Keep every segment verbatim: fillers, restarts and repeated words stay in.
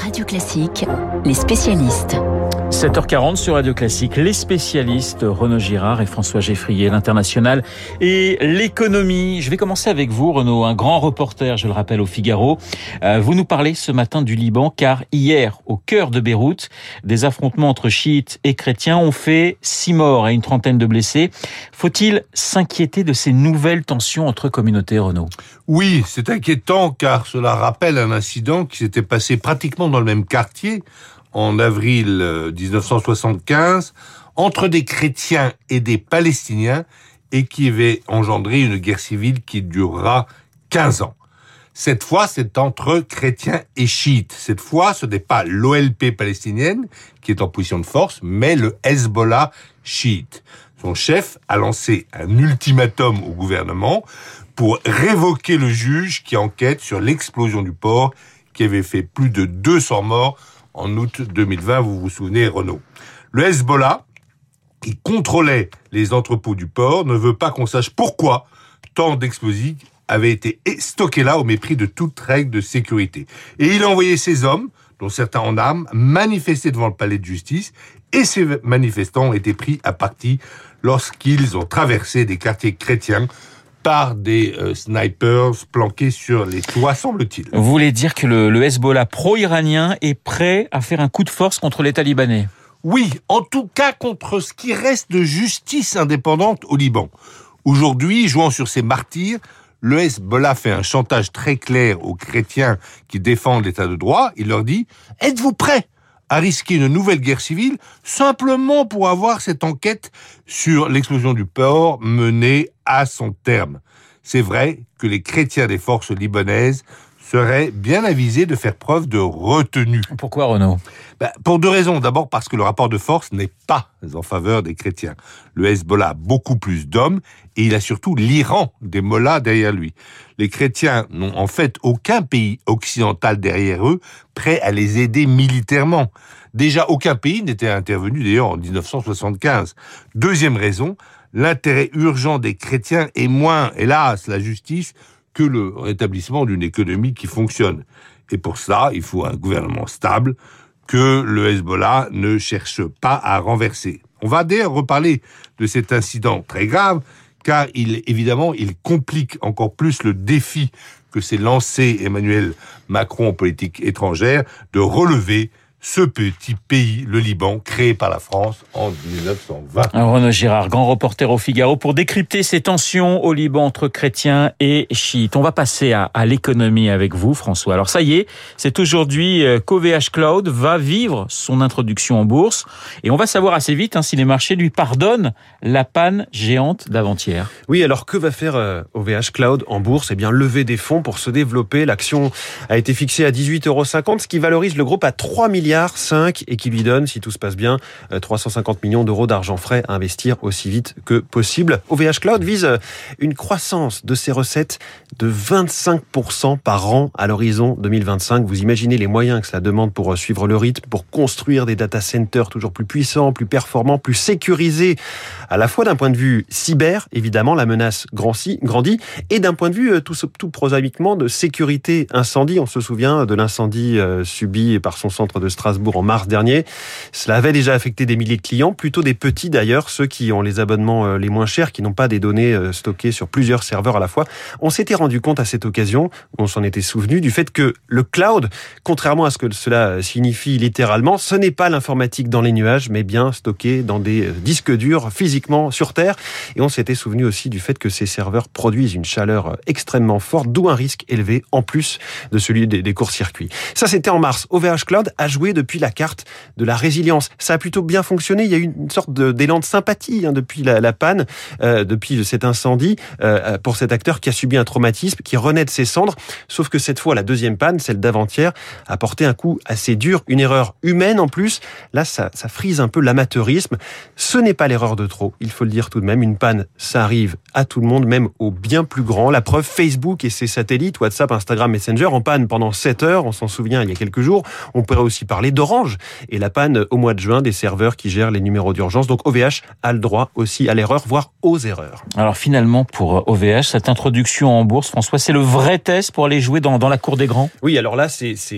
Radio Classique, les spécialistes. sept heures quarante sur Radio Classique, les spécialistes Renaud Girard et François Geffrier, l'international et l'économie. Je vais commencer avec vous, Renaud, un grand reporter, je le rappelle, au Figaro. Euh, vous nous parlez ce matin du Liban, car hier, au cœur de Beyrouth, des affrontements entre chiites et chrétiens ont fait six morts et une trentaine de blessés. Faut-il s'inquiéter de ces nouvelles tensions entre communautés, Renaud ? Oui, c'est inquiétant, car cela rappelle un incident qui s'était passé pratiquement dans le même quartier, en avril dix-neuf cent soixante-quinze, entre des chrétiens et des Palestiniens, et qui avait engendré une guerre civile qui durera quinze ans. Cette fois, c'est entre chrétiens et chiites. Cette fois, ce n'est pas l'O L P palestinienne qui est en position de force, mais le Hezbollah chiite. Son chef a lancé un ultimatum au gouvernement pour révoquer le juge qui enquête sur l'explosion du port qui avait fait plus de deux cents morts en août deux mille vingt, vous vous souvenez, Renaud. Le Hezbollah, qui contrôlait les entrepôts du port, ne veut pas qu'on sache pourquoi tant d'explosifs avaient été stockés là au mépris de toute règle de sécurité. Et il a envoyé ses hommes, dont certains en armes, manifester devant le palais de justice, et ces manifestants ont été pris à partie lorsqu'ils ont traversé des quartiers chrétiens par des euh, snipers planqués sur les toits, semble-t-il. Vous voulez dire que le, le Hezbollah pro-iranien est prêt à faire un coup de force contre l'État libanais ? Oui, en tout cas contre ce qui reste de justice indépendante au Liban. Aujourd'hui, jouant sur ces martyrs, le Hezbollah fait un chantage très clair aux chrétiens qui défendent l'État de droit. Il leur dit « Êtes-vous prêts à risquer une nouvelle guerre civile simplement pour avoir cette enquête sur l'explosion du port menée à son terme ?» C'est vrai que les chrétiens des forces libanaises seraient bien avisés de faire preuve de retenue. Pourquoi, Renaud ? Ben, pour deux raisons. D'abord parce que le rapport de force n'est pas en faveur des chrétiens. Le Hezbollah a beaucoup plus d'hommes et il a surtout l'Iran des mollahs derrière lui. Les chrétiens n'ont en fait aucun pays occidental derrière eux prêt à les aider militairement. Déjà, aucun pays n'était intervenu d'ailleurs en dix-neuf cent soixante-quinze. Deuxième raison, l'intérêt urgent des chrétiens est moins, hélas, la justice que le rétablissement d'une économie qui fonctionne. Et pour cela, il faut un gouvernement stable que le Hezbollah ne cherche pas à renverser. On va d'ailleurs reparler de cet incident très grave, car il, évidemment, il complique encore plus le défi que s'est lancé Emmanuel Macron en politique étrangère de relever ce petit pays, le Liban, créé par la France en dix-neuf cent vingt. Renaud Girard, grand reporter au Figaro, pour décrypter ces tensions au Liban entre chrétiens et chiites. On va passer à, à l'économie avec vous, François. Alors ça y est, c'est aujourd'hui qu'O V H Cloud va vivre son introduction en bourse. Et on va savoir assez vite hein, si les marchés lui pardonnent la panne géante d'avant-hier. Oui, alors que va faire euh, O V H Cloud en bourse ? Eh bien, lever des fonds pour se développer. L'action a été fixée à dix-huit euros cinquante, ce qui valorise le groupe à trois milliards cinq et qui lui donne, si tout se passe bien, trois cent cinquante millions d'euros d'argent frais à investir aussi vite que possible. O V H Cloud vise une croissance de ses recettes de vingt-cinq pour cent par an à l'horizon deux mille vingt-cinq. Vous imaginez les moyens que cela demande pour suivre le rythme, pour construire des data centers toujours plus puissants, plus performants, plus sécurisés, à la fois d'un point de vue cyber, évidemment, la menace grandit, et d'un point de vue tout, tout prosaïquement de sécurité incendie. On se souvient de l'incendie subi par son centre de Strasbourg en mars dernier. Cela avait déjà affecté des milliers de clients, plutôt des petits d'ailleurs, ceux qui ont les abonnements les moins chers, qui n'ont pas des données stockées sur plusieurs serveurs à la fois. On s'était rendu compte à cette occasion, on s'en était souvenu, du fait que le cloud, contrairement à ce que cela signifie littéralement, ce n'est pas l'informatique dans les nuages, mais bien stocké dans des disques durs physiquement sur Terre. Et on s'était souvenu aussi du fait que ces serveurs produisent une chaleur extrêmement forte, d'où un risque élevé en plus de celui des, des courts-circuits. Ça, c'était en mars. O V H Cloud a joué depuis la carte de la résilience. Ça a plutôt bien fonctionné. Il y a eu une sorte de, d'élan de sympathie hein, depuis la, la panne, euh, depuis cet incendie, euh, pour cet acteur qui a subi un traumatisme, qui renaît de ses cendres. Sauf que cette fois, la deuxième panne, celle d'avant-hier, a porté un coup assez dur, une erreur humaine en plus. Là, ça, ça frise un peu l'amateurisme. Ce n'est pas l'erreur de trop, il faut le dire tout de même. Une panne, ça arrive à tout le monde, même aux bien plus grands. La preuve, Facebook et ses satellites, WhatsApp, Instagram, Messenger, en panne pendant sept heures. On s'en souvient il y a quelques jours. On pourrait aussi parler d'Orange et la panne au mois de juin des serveurs qui gèrent les numéros d'urgence. Donc O V H a le droit aussi à l'erreur, voire aux erreurs. Alors finalement, pour O V H, cette introduction en bourse, François, c'est le vrai test pour aller jouer dans, dans la cour des grands ? Oui, alors là, c'est... c'est...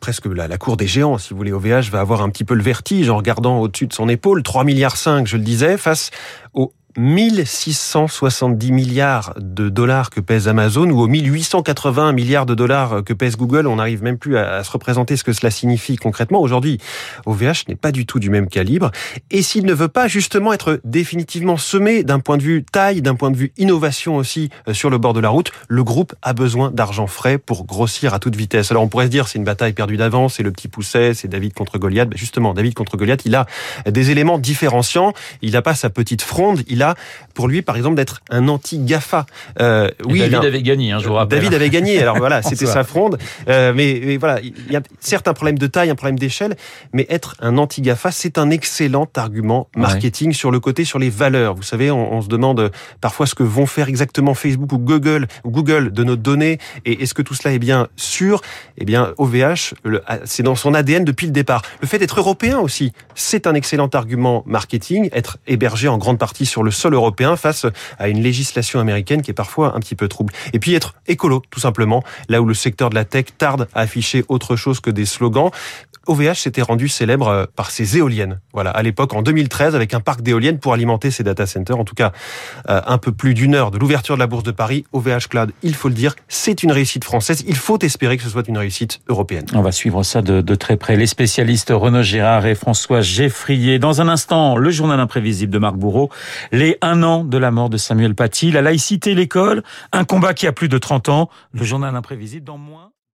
presque la, la cour des géants, si vous voulez. O V H va avoir un petit peu le vertige en regardant au-dessus de son épaule. trois virgule cinq milliards, je le disais, face aux mille six cent soixante-dix milliards de dollars que pèse Amazon ou aux mille huit cent quatre-vingts milliards de dollars que pèse Google. On n'arrive même plus à, à se représenter ce que cela signifie concrètement. Aujourd'hui, O V H n'est pas du tout du même calibre. Et s'il ne veut pas justement être définitivement semé d'un point de vue taille, d'un point de vue innovation aussi euh, sur le bord de la route, le groupe a besoin d'argent frais pour grossir à toute vitesse. Alors on pourrait se dire c'est une bataille perdue d'avance, c'est le petit pousset, c'est David contre Goliath. Ben justement, David contre Goliath, il a des éléments différenciants. Il n'a pas sa petite fronde. Il a pour lui, par exemple, d'être un anti-GAFA. Euh, oui, David a... avait gagné, hein, je vous rappelle. David avait gagné, alors voilà, c'était sa fronde. Euh, mais, mais voilà, il y a certes un problème de taille, un problème d'échelle, mais être un anti-GAFA, c'est un excellent argument marketing ouais. sur le côté, sur les valeurs. Vous savez, on, on se demande parfois ce que vont faire exactement Facebook ou Google, ou Google de nos données, et est-ce que tout cela est bien sûr? Eh bien, O V H, le, c'est dans son A D N depuis le départ. Le fait d'être européen aussi, c'est un excellent argument marketing, être hébergé en grande partie sur le sol européen face à une législation américaine qui est parfois un petit peu trouble. Et puis être écolo, tout simplement, là où le secteur de la tech tarde à afficher autre chose que des slogans. O V H s'était rendu célèbre par ses éoliennes. Voilà, à l'époque, en deux mille treize, avec un parc d'éoliennes pour alimenter ses data centers. En tout cas, euh, un peu plus d'une heure de l'ouverture de la Bourse de Paris, O V H Cloud, il faut le dire, c'est une réussite française. Il faut espérer que ce soit une réussite européenne. On va suivre ça de, de très près. Les spécialistes Renaud Girard et François Geffrier. Dans un instant, le journal imprévisible de Marc Bourreau. Les un an de la mort de Samuel Paty. La laïcité, l'école, un combat qui a plus de trente ans. Le journal imprévisible dans moins...